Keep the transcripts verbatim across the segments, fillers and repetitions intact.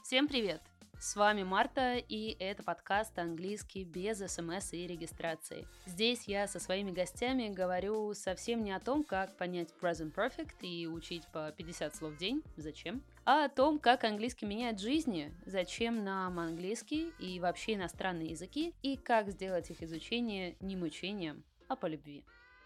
Всем привет! С вами Марта, и это подкаст «Английский без СМС и регистрации». Здесь я со своими гостями говорю совсем не о том, как понять present perfect и учить по пятьдесят слов в день, зачем, а о том, как английский меняет жизни, зачем нам английский и вообще иностранные языки, и как сделать их изучение не мучением, а по любви.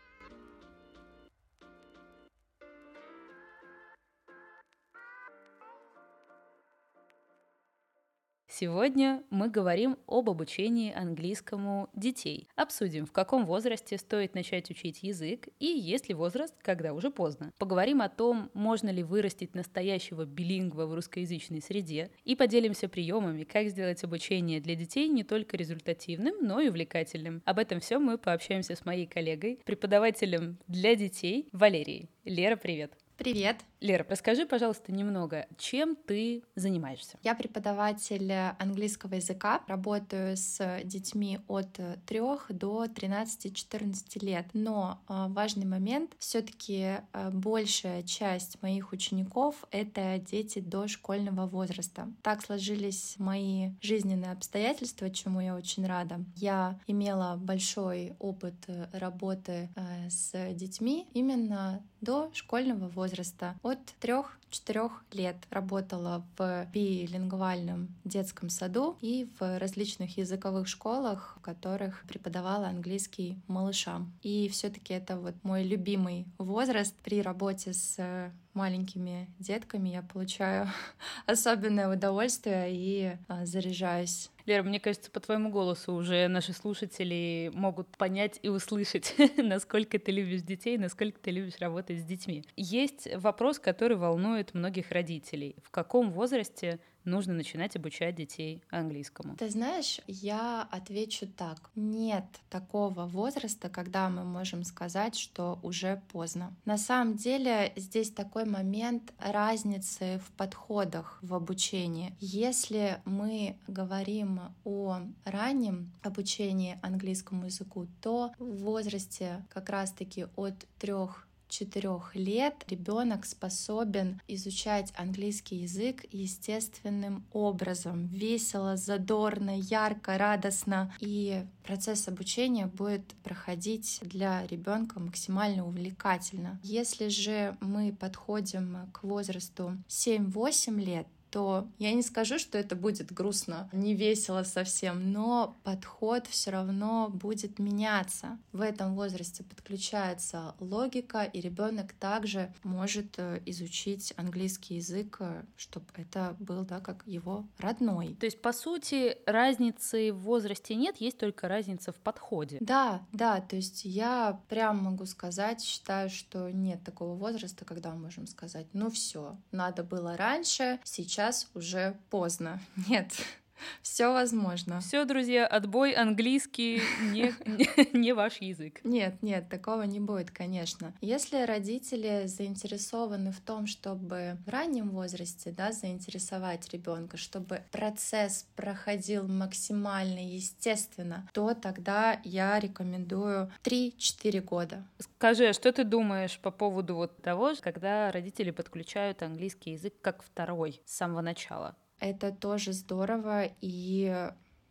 Сегодня мы говорим об обучении английскому детей. Обсудим, в каком возрасте стоит начать учить язык и есть ли возраст, когда уже поздно. Поговорим о том, можно ли вырастить настоящего билингва в русскоязычной среде, и поделимся приемами, как сделать обучение для детей не только результативным, но и увлекательным. Об этом все мы пообщаемся с моей коллегой, преподавателем для детей Валерией. Лера, привет! Привет! Лера, расскажи, пожалуйста, немного, чем ты занимаешься? Я преподаватель английского языка, работаю с детьми от трёх до тринадцати-четырнадцати лет. Но важный момент, все-таки большая часть моих учеников — это дети дошкольного возраста. Так сложились мои жизненные обстоятельства, чему я очень рада. Я имела большой опыт работы с детьми именно до школьного возраста. От трёх-четырёх лет работала в билингвальном детском саду и в различных языковых школах, в которых преподавала английский малышам. И все-таки это вот мой любимый возраст. При работе с маленькими детками я получаю особенное удовольствие и заряжаюсь. Лера, мне кажется, по твоему голосу уже наши слушатели могут понять и услышать, насколько ты любишь детей, насколько ты любишь работать с детьми. Есть вопрос, который волнует многих родителей. В каком возрасте нужно начинать обучать детей английскому? Ты знаешь, я отвечу так. Нет такого возраста, когда мы можем сказать, что уже поздно. На самом деле здесь такой момент разницы в подходах в обучении. Если мы говорим о раннем обучении английскому языку, то в возрасте как раз-таки от трех четырех лет ребенок способен изучать английский язык естественным образом, весело, задорно, ярко, радостно. И процесс обучения будет проходить для ребенка максимально увлекательно. Если же мы подходим к возрасту семь-восемь лет, то я не скажу, что это будет грустно, не весело совсем, но подход все равно будет меняться. В этом возрасте подключается логика, и ребенок также может изучить английский язык, чтобы это был, да, как его родной. То есть, по сути, разницы в возрасте нет, есть только разница в подходе. Да, да, то есть я прям могу сказать, считаю, что нет такого возраста, когда мы можем сказать, ну все, надо было раньше, сейчас уже поздно. Нет. Все возможно. Все, друзья, отбой, английский не, не, не ваш язык. Нет, нет, такого не будет, конечно. Если родители заинтересованы в том, чтобы в раннем возрасте, да, заинтересовать ребенка, чтобы процесс проходил максимально естественно, то тогда я рекомендую три-четыре года. Скажи, а что ты думаешь по поводу вот того, когда родители подключают английский язык как второй с самого начала? Это тоже здорово, и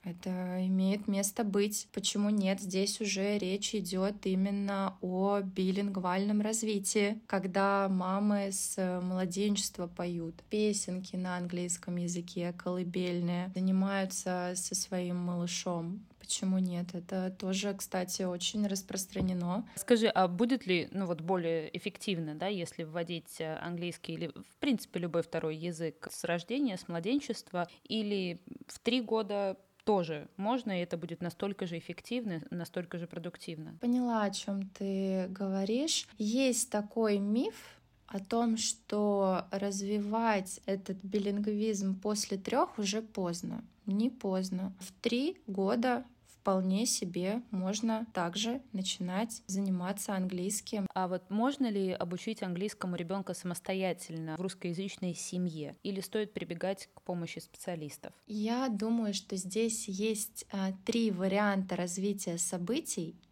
это имеет место быть. Почему нет? Здесь уже речь идет именно о билингвальном развитии, когда мамы с младенчества поют песенки на английском языке, колыбельные, занимаются со своим малышом. Почему нет? Это тоже, кстати, очень распространено. Скажи, а будет ли, ну вот, более эффективно, да, если вводить английский или, в принципе, любой второй язык с рождения, с младенчества, или в три года тоже можно, и это будет настолько же эффективно, настолько же продуктивно? Поняла, о чем ты говоришь. Есть такой миф о том, что развивать этот билингвизм после трех уже поздно. Не поздно. В три года вполне себе можно также начинать заниматься английским. А вот можно ли обучить английскому ребенка самостоятельно в русскоязычной семье? Или стоит прибегать к помощи специалистов? Я думаю, что здесь есть а, три варианта развития событий.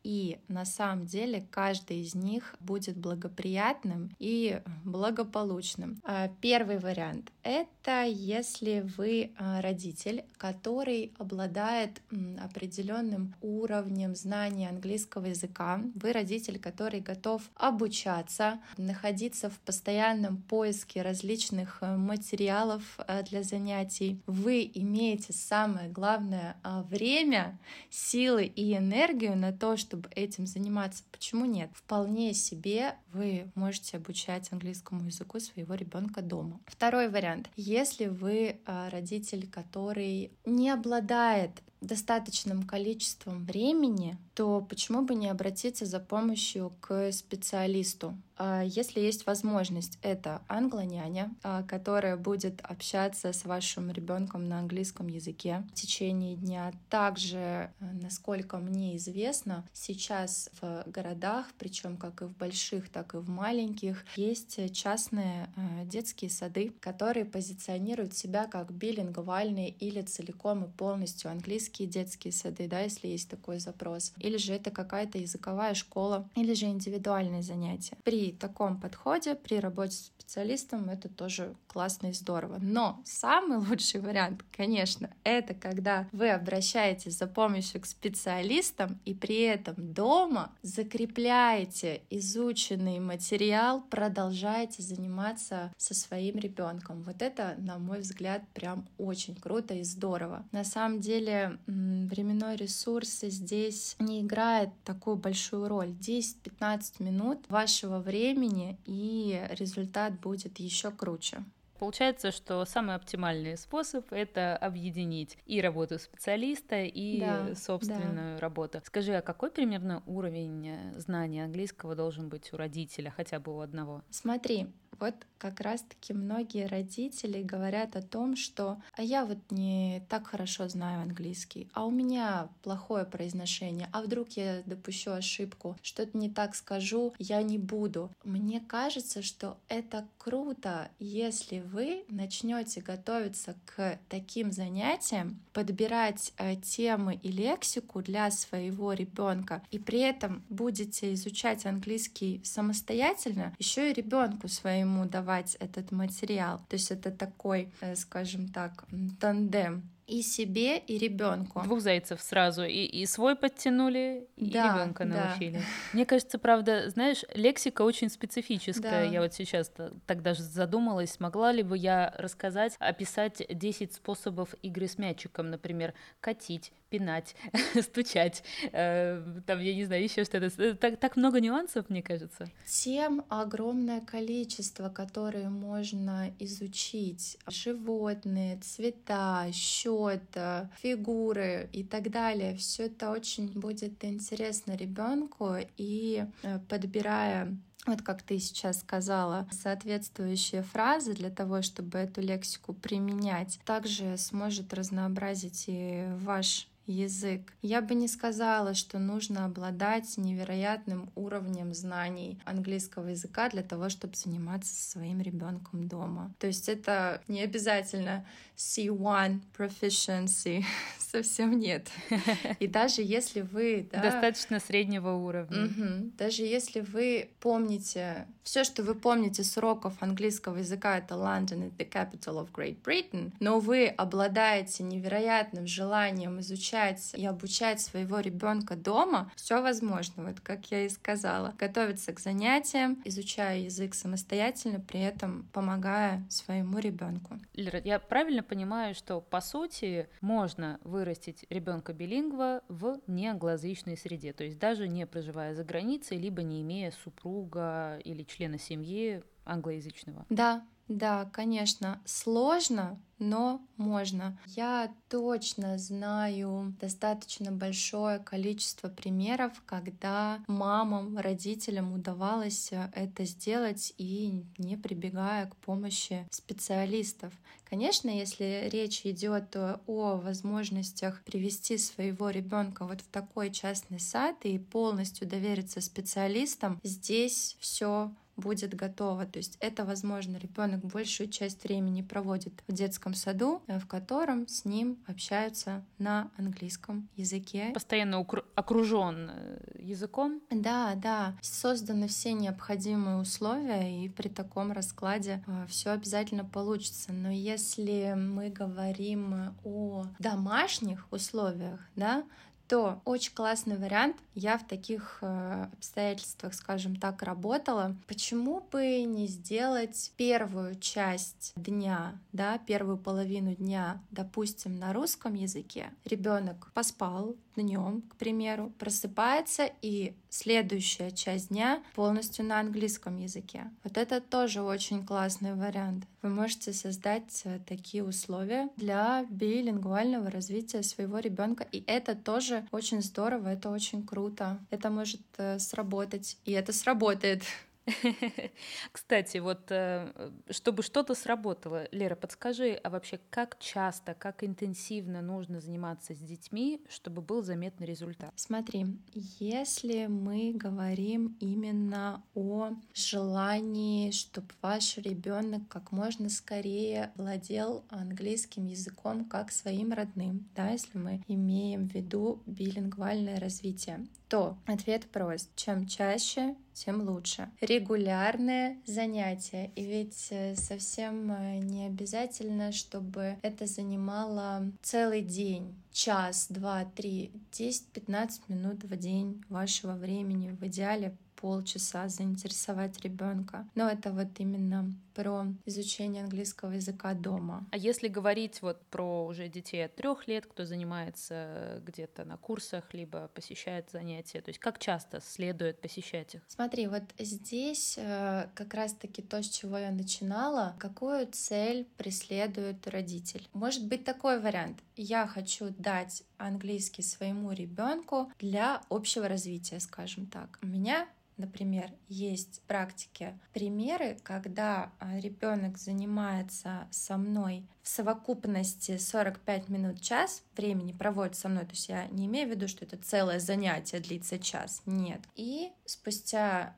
и на самом деле каждый из них будет благоприятным и благополучным. Первый вариант — это если вы родитель, который обладает определенным уровнем знания английского языка, вы родитель, который готов обучаться, находиться в постоянном поиске различных материалов для занятий. Вы имеете самое главное время, силы и энергию на то, чтобы этим заниматься. Почему нет? Вполне себе вы можете обучать английскому языку своего ребенка дома. Второй вариант. Если вы родитель, который не обладает достаточным количеством времени, то почему бы не обратиться за помощью к специалисту? Если есть возможность, это англоняня, которая будет общаться с вашим ребенком на английском языке в течение дня. Также, насколько мне известно, сейчас в городах, причем как и в больших, так и в маленьких, есть частные детские сады, которые позиционируют себя как билингвальные или целиком и полностью английские детские сады, да, если есть такой запрос. Или же это какая-то языковая школа, или же индивидуальные занятия. При таком подходе, при работе с специалистом, это тоже классно и здорово. Но самый лучший вариант, конечно, это когда вы обращаетесь за помощью к специалистам и при этом дома закрепляете изученный материал, продолжаете заниматься со своим ребенком. Вот это, на мой взгляд, прям очень круто и здорово. На самом деле, временной ресурс здесь не играет такую большую роль. десять-пятнадцать минут вашего времени, и результат будет еще круче. Получается, что самый оптимальный способ — это объединить и работу специалиста, и да, собственную да. работу. Скажи, а какой примерно уровень знания английского должен быть у родителя, хотя бы у одного? Смотри, вот как раз-таки многие родители говорят о том, что «а я вот не так хорошо знаю английский, а у меня плохое произношение, а вдруг я допущу ошибку, что-то не так скажу, я не буду». Мне кажется, что это круто, если вы начнете готовиться к таким занятиям, подбирать э, темы и лексику для своего ребенка, и при этом будете изучать английский самостоятельно, еще и ребенку своему давать этот материал. То есть это такой, скажем так, тандем и себе, и ребенку. Двух зайцев сразу. И, и свой подтянули, и да, ребенка да. научили. Мне кажется, правда, знаешь, лексика очень специфическая. Да. Я вот сейчас так даже задумалась, смогла ли бы я рассказать, описать десять способов игры с мячиком, например, катить, пинать, стучать, э, там, я не знаю, еще что-то. Так, так много нюансов, мне кажется. Тем огромное количество, которые можно изучить. Животные, цвета, счет, фигуры и так далее. Все это очень будет интересно ребенку, и подбирая, вот как ты сейчас сказала, соответствующие фразы для того, чтобы эту лексику применять, также сможет разнообразить и ваш язык. Я бы не сказала, что нужно обладать невероятным уровнем знаний английского языка для того, чтобы заниматься со своим ребенком дома. То есть это не обязательно си один proficiency, совсем нет. И даже если вы... Да, достаточно среднего уровня. Угу, даже если вы помните... Все, что вы помните с уроков английского языка, это London is the capital of Great Britain, но вы обладаете невероятным желанием изучать и обучать своего ребенка дома, все возможно, вот как я и сказала. Готовиться к занятиям, изучая язык самостоятельно, при этом помогая своему ребенку. Лера, я правильно понимаю, что по сути можно вырастить ребенка билингва в неанглоязычной среде, то есть даже не проживая за границей, либо не имея супруга или члена семьи англоязычного? Да, да, конечно, сложно, но можно. Я точно знаю достаточно большое количество примеров, когда мамам, родителям удавалось это сделать и не прибегая к помощи специалистов. Конечно, если речь идет о возможностях привести своего ребенка вот в такой частный сад и полностью довериться специалистам, здесь все будет готово. То есть это, возможно, ребенок большую часть времени проводит в детском саду, в котором с ним общаются на английском языке. Постоянно окружен языком. Да, да. Созданы все необходимые условия, и при таком раскладе все обязательно получится. Но если мы говорим о домашних условиях, да, то очень классный вариант. Я в таких э, обстоятельствах, скажем так, работала. Почему бы не сделать первую часть дня, да, первую половину дня, допустим, на русском языке? Ребенок поспал днем, к примеру, просыпается, и следующая часть дня полностью на английском языке. Вот это тоже очень классный вариант. Вы можете создать такие условия для билингвального развития своего ребенка, и это тоже очень здорово, это очень круто. Это может сработать, и это сработает. Кстати, вот чтобы что-то сработало, Лера, подскажи, а вообще как часто, как интенсивно нужно заниматься с детьми, чтобы был заметный результат? Смотри, если мы говорим именно о желании, чтобы ваш ребенок как можно скорее владел английским языком как своим родным, да, если мы имеем в виду билингвальное развитие, то ответ прост. Чем чаще, тем лучше. Регулярные занятия. И ведь совсем не обязательно, чтобы это занимало целый день. Час, два, три, десять-пятнадцать минут в день вашего времени. В идеале полчаса заинтересовать ребенка. Но это вот именно про изучение английского языка дома. А если говорить вот про уже детей от трех лет, кто занимается где-то на курсах, либо посещает занятия, то есть как часто следует посещать их? Смотри, вот здесь э, как раз-таки то, с чего я начинала, какую цель преследует родитель. Может быть такой вариант. Я хочу дать английский своему ребенку для общего развития, скажем так. У меня Например, есть в практике примеры, когда ребенок занимается со мной в совокупности сорок пять минут, час времени проводит со мной. То есть я не имею в виду, что это целое занятие длится час. Нет. И спустя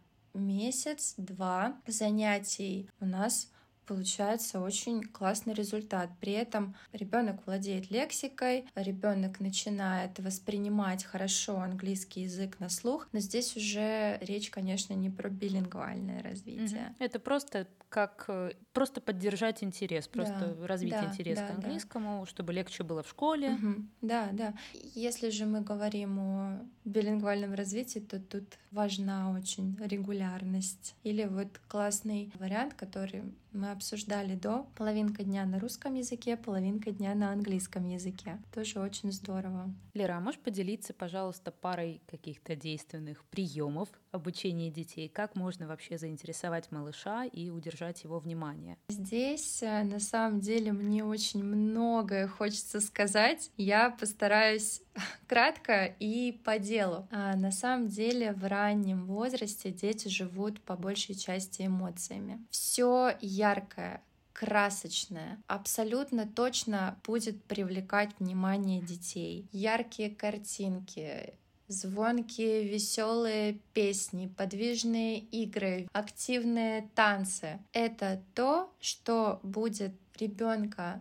месяц-два занятий у нас получается очень классный результат. При этом ребенок владеет лексикой, ребенок начинает воспринимать хорошо английский язык на слух, но здесь уже речь, конечно, не про билингвальное развитие. Это просто как просто поддержать интерес, просто да, развить да, интерес да, к английскому, да. чтобы легче было в школе. Угу. Да, да. Если же мы говорим о билингвальном развитии, то тут важна очень регулярность. Или вот классный вариант, который мы обсуждали до: половинка дня на русском языке, половинка дня на английском языке. Тоже очень здорово. Лера, а можешь поделиться, пожалуйста, парой каких-то действенных приемов обучения детей? Как можно вообще заинтересовать малыша и удержать его внимание? Здесь, на самом деле, мне очень многое хочется сказать. Я постараюсь кратко и по делу. А на самом деле в раннем возрасте дети живут по большей части эмоциями. Все яркое, красочное, абсолютно точно будет привлекать внимание детей. Яркие картинки, звонкие, веселые песни, подвижные игры, активные танцы. Это то, что будет ребенка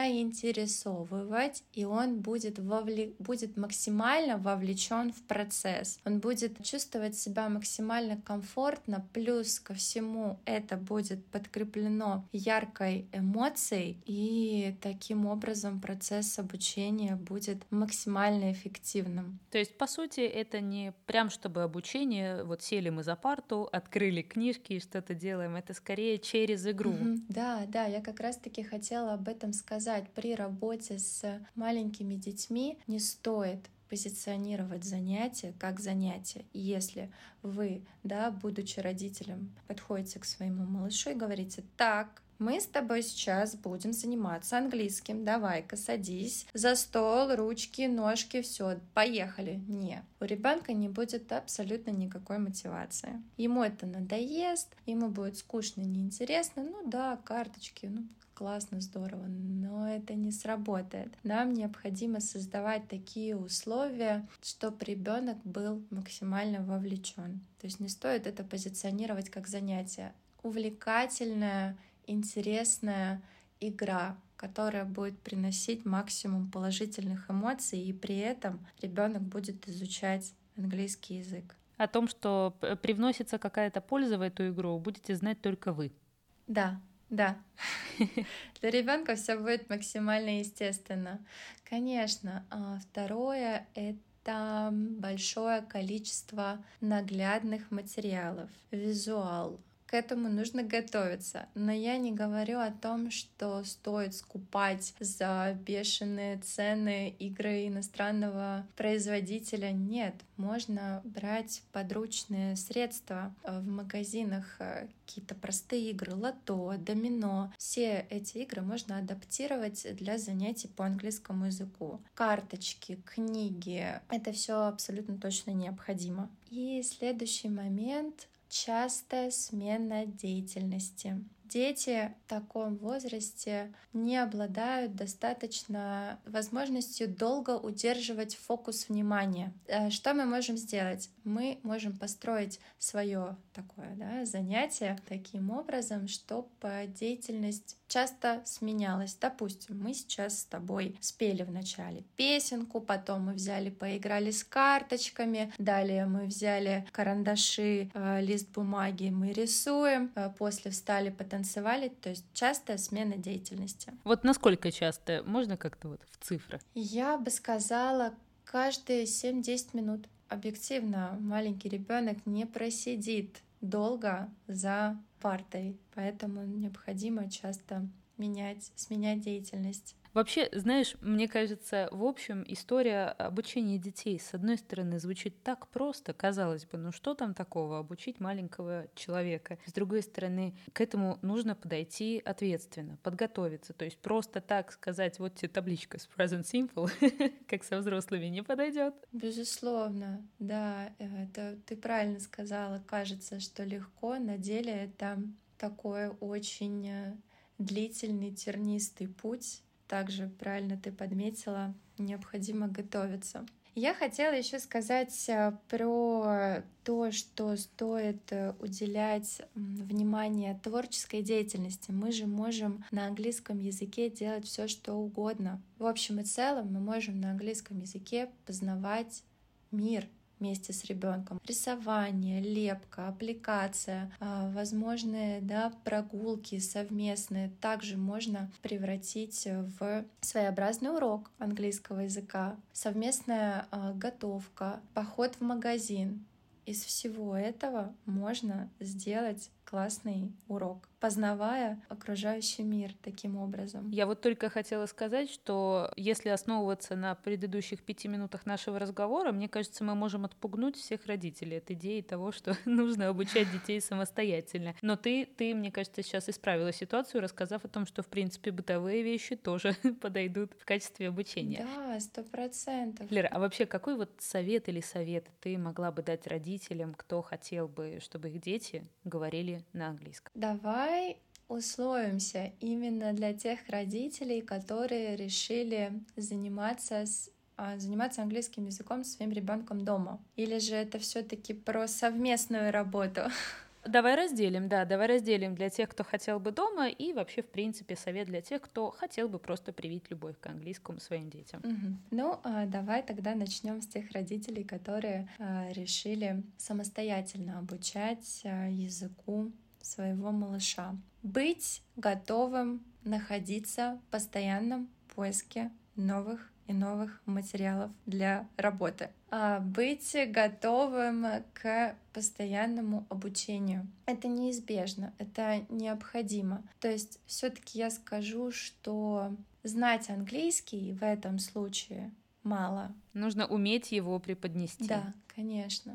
заинтересовывать, и он будет, вовле... будет максимально вовлечен в процесс. Он будет чувствовать себя максимально комфортно, плюс ко всему это будет подкреплено яркой эмоцией, и таким образом процесс обучения будет максимально эффективным. То есть, по сути, это не прям чтобы обучение, вот сели мы за парту, открыли книжки и что-то делаем, это скорее через игру. Mm-hmm. Да, да, я как раз-таки хотела об этом сказать. При работе с маленькими детьми не стоит позиционировать занятия как занятие. Если вы, да, будучи родителем, подходите к своему малышу и говорите: так, мы с тобой сейчас будем заниматься английским, давай-ка садись за стол, ручки, ножки, все, поехали. Не, у ребенка не будет абсолютно никакой мотивации. Ему это надоест, ему будет скучно, неинтересно, ну да, карточки, ну классно, здорово, но это не сработает. Нам необходимо создавать такие условия, чтобы ребенок был максимально вовлечен. То есть не стоит это позиционировать как занятие. Увлекательное, интересная игра, которая будет приносить максимум положительных эмоций, и при этом ребенок будет изучать английский язык. О том, что привносится какая-то польза в эту игру, будете знать только вы. Да, да. Для ребенка все будет максимально естественно. Конечно. Второе — это большое количество наглядных материалов, визуал. К этому нужно готовиться. Но я не говорю о том, что стоит скупать за бешеные цены игры иностранного производителя. Нет, можно брать подручные средства в магазинах, какие-то простые игры, лото, домино. Все эти игры можно адаптировать для занятий по английскому языку. Карточки, книги — это все абсолютно точно необходимо. И следующий момент — частая смена деятельности. Дети в таком возрасте не обладают достаточно возможностью долго удерживать фокус внимания. Что мы можем сделать? Мы можем построить свое такое, да, занятие таким образом, чтобы деятельность часто сменялась. Допустим, мы сейчас с тобой спели вначале песенку, потом мы взяли, поиграли с карточками, далее мы взяли карандаши, лист бумаги, мы рисуем, после встали, потанцевали, то есть частая смена деятельности. Вот насколько часто? Можно как-то вот в цифрах? Я бы сказала, каждые семь-десять минут. Объективно, маленький ребенок не просидит долго за партой, поэтому необходимо часто менять, сменять деятельность. Вообще, знаешь, мне кажется, в общем, история обучения детей, с одной стороны, звучит так просто, казалось бы, ну что там такого, обучить маленького человека. С другой стороны, к этому нужно подойти ответственно, подготовиться. То есть просто так сказать, вот тебе табличка с present simple, как со взрослыми, не подойдет. Безусловно, да, это ты правильно сказала. Кажется, что легко, на деле это такой очень длительный, тернистый путь. Также правильно ты подметила, необходимо готовиться. Я хотела еще сказать про то, что стоит уделять внимание творческой деятельности. Мы же можем на английском языке делать все, что угодно. В общем и целом мы можем на английском языке познавать мир вместе с ребенком. Рисование, лепка, аппликация, возможные, да, прогулки совместные также можно превратить в своеобразный урок английского языка, совместная готовка, поход в магазин. Из всего этого можно сделать классный урок, познавая окружающий мир таким образом. Я вот только хотела сказать, что если основываться на предыдущих пяти минутах нашего разговора, мне кажется, мы можем отпугнуть всех родителей от идеи того, что нужно обучать детей самостоятельно. Но ты, ты, мне кажется, сейчас исправила ситуацию, рассказав о том, что, в принципе, бытовые вещи тоже подойдут в качестве обучения. Да, сто процентов. Лера, а вообще какой вот совет или совет ты могла бы дать родителям, кто хотел бы, чтобы их дети говорили на английском? Давай условимся именно для тех родителей, которые решили заниматься с заниматься английским языком своим ребенком дома. Или же это все-таки про совместную работу? Давай разделим, да, давай разделим для тех, кто хотел бы дома, и вообще, в принципе, совет для тех, кто хотел бы просто привить любовь к английскому своим детям. Угу. Ну, давай тогда начнем с тех родителей, которые решили самостоятельно обучать языку своего малыша. Быть готовым находиться в постоянном поиске новых и новых материалов для работы. А быть готовым к постоянному обучению. Это неизбежно, это необходимо. То есть все-таки я скажу, что знать английский в этом случае мало. Нужно уметь его преподнести. Да, конечно.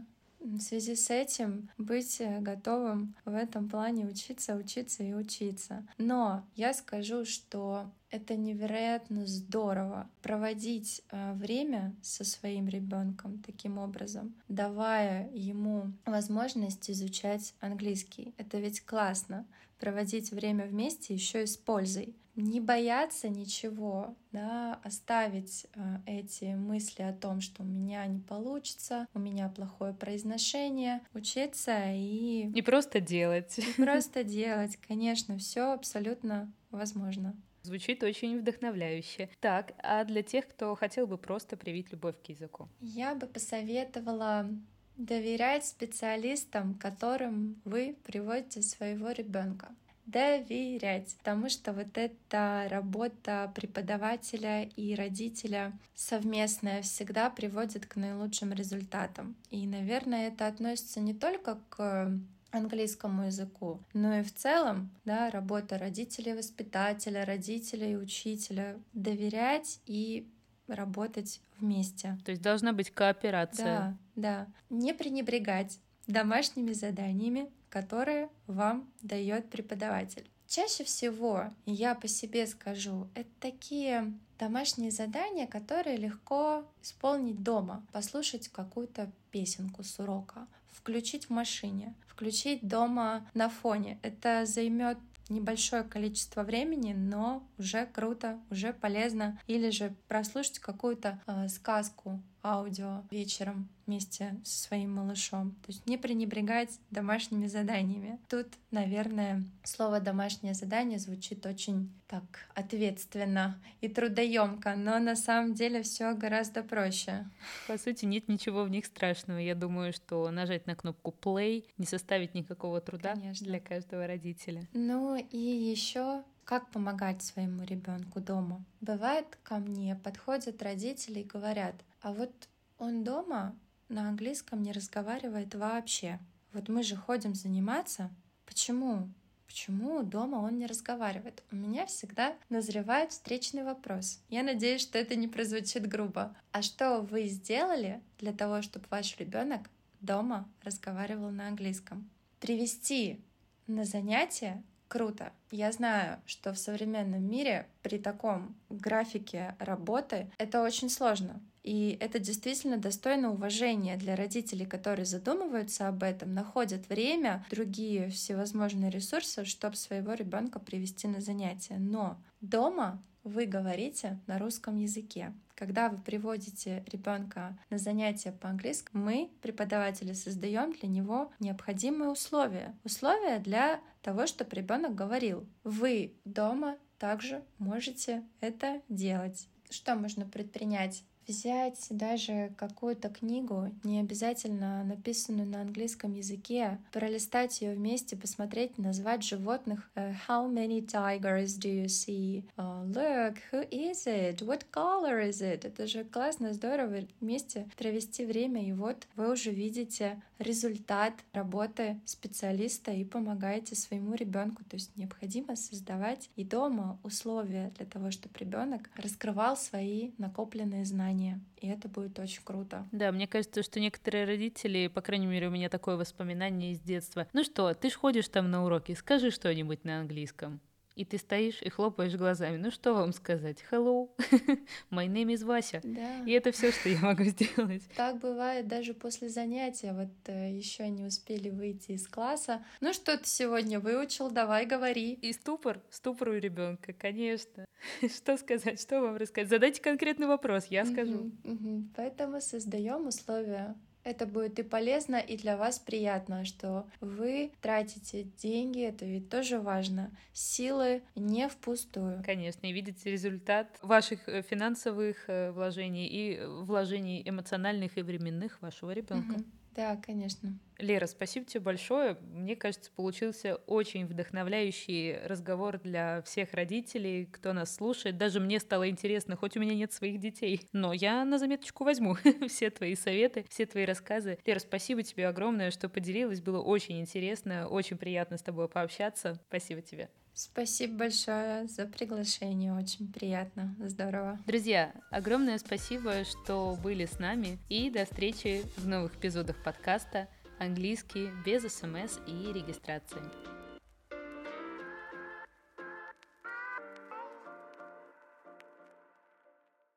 в связи с этим быть готовым в этом плане учиться, учиться и учиться. Но я скажу, что это невероятно здорово проводить э, время со своим ребенком таким образом, давая ему возможность изучать английский. Это ведь классно проводить время вместе еще и с пользой. Не бояться ничего, да, оставить э, эти мысли о том, что у меня не получится, у меня плохое произношение, учиться и... И просто делать. И просто делать, конечно, все абсолютно возможно. Звучит очень вдохновляюще. Так, а для тех, кто хотел бы просто привить любовь к языку? Я бы посоветовала доверять специалистам, к которым вы приводите своего ребенка. Доверять, потому что вот эта работа преподавателя и родителя совместная всегда приводит к наилучшим результатам. И, наверное, это относится не только к английскому языку, но и в целом, да, работа родителей, воспитателя, родителей, учителя. Доверять и работать вместе. То есть должна быть кооперация. Да, да. Не пренебрегать домашними заданиями, которые вам дает преподаватель. Чаще всего, я по себе скажу, это такие домашние задания, которые легко исполнить дома. Послушать какую-то песенку с урока, включить в машине, включить дома на фоне. Это займет небольшое количество времени, но уже круто, уже полезно. Или же прослушать какую-то э, сказку, аудио вечером вместе со своим малышом. То есть не пренебрегать домашними заданиями. Тут, наверное, слово «домашнее задание» звучит очень так ответственно и трудоемко, но на самом деле все гораздо проще. По сути, нет ничего в них страшного. Я думаю, что нажать на кнопку play не составит никакого труда. Конечно. Для каждого родителя. Ну и еще как помогать своему ребенку дома. Бывает, ко мне подходят родители и говорят: а вот он дома на английском не разговаривает вообще. Вот мы же ходим заниматься. Почему? Почему дома он не разговаривает? У меня всегда назревает встречный вопрос. Я надеюсь, что это не прозвучит грубо. А что вы сделали для того, чтобы ваш ребенок дома разговаривал на английском? Привести на занятия круто. Я знаю, что в современном мире при таком графике работы это очень сложно. И это действительно достойно уважения для родителей, которые задумываются об этом, находят время, другие всевозможные ресурсы, чтобы своего ребенка привести на занятия. Но дома вы говорите на русском языке. Когда вы приводите ребенка на занятия по английскому, мы, преподаватели, создаем для него необходимые условия. Условия для того, чтобы ребенок говорил. Вы дома также можете это делать. Что можно предпринять? Взять даже какую-то книгу, не обязательно написанную на английском языке, пролистать ее вместе, посмотреть, назвать животных. Uh, how many tigers do you see? Uh, look, who is it? What color is it? Это же классно, здорово вместе провести время, и вот вы уже видите результат работы специалиста и помогаете своему ребенку. То есть необходимо создавать и дома условия для того, чтобы ребенок раскрывал свои накопленные знания. И это будет очень круто. Да, мне кажется, что некоторые родители, по крайней мере, у меня такое воспоминание из детства. Ну что, ты ж ходишь там на уроки, скажи что-нибудь на английском. И ты стоишь и хлопаешь глазами. Ну что вам сказать? Hello, my name is Вася. Да. И это все, что я могу сделать. Так бывает даже после занятия. Вот э, еще не успели выйти из класса. Ну что ты сегодня выучил? Давай говори. И ступор, ступор у ребенка, конечно. Что сказать, что вам рассказать? Задайте конкретный вопрос, я скажу. Угу, угу. Поэтому создаем условия. Это будет и полезно, и для вас приятно, что вы тратите деньги, это ведь тоже важно, силы не впустую. Конечно, и видите результат ваших финансовых вложений и вложений эмоциональных и временных вашего ребенка. Угу. Да, конечно. Лера, спасибо тебе большое. Мне кажется, получился очень вдохновляющий разговор для всех родителей, кто нас слушает. Даже мне стало интересно, хоть у меня нет своих детей, но я на заметочку возьму все твои советы, все твои рассказы. Лера, спасибо тебе огромное, что поделилась. Было очень интересно, очень приятно с тобой пообщаться. Спасибо тебе. Спасибо большое за приглашение, очень приятно, здорово. Друзья, огромное спасибо, что были с нами, и до встречи в новых эпизодах подкаста Английский без смс и регистрации.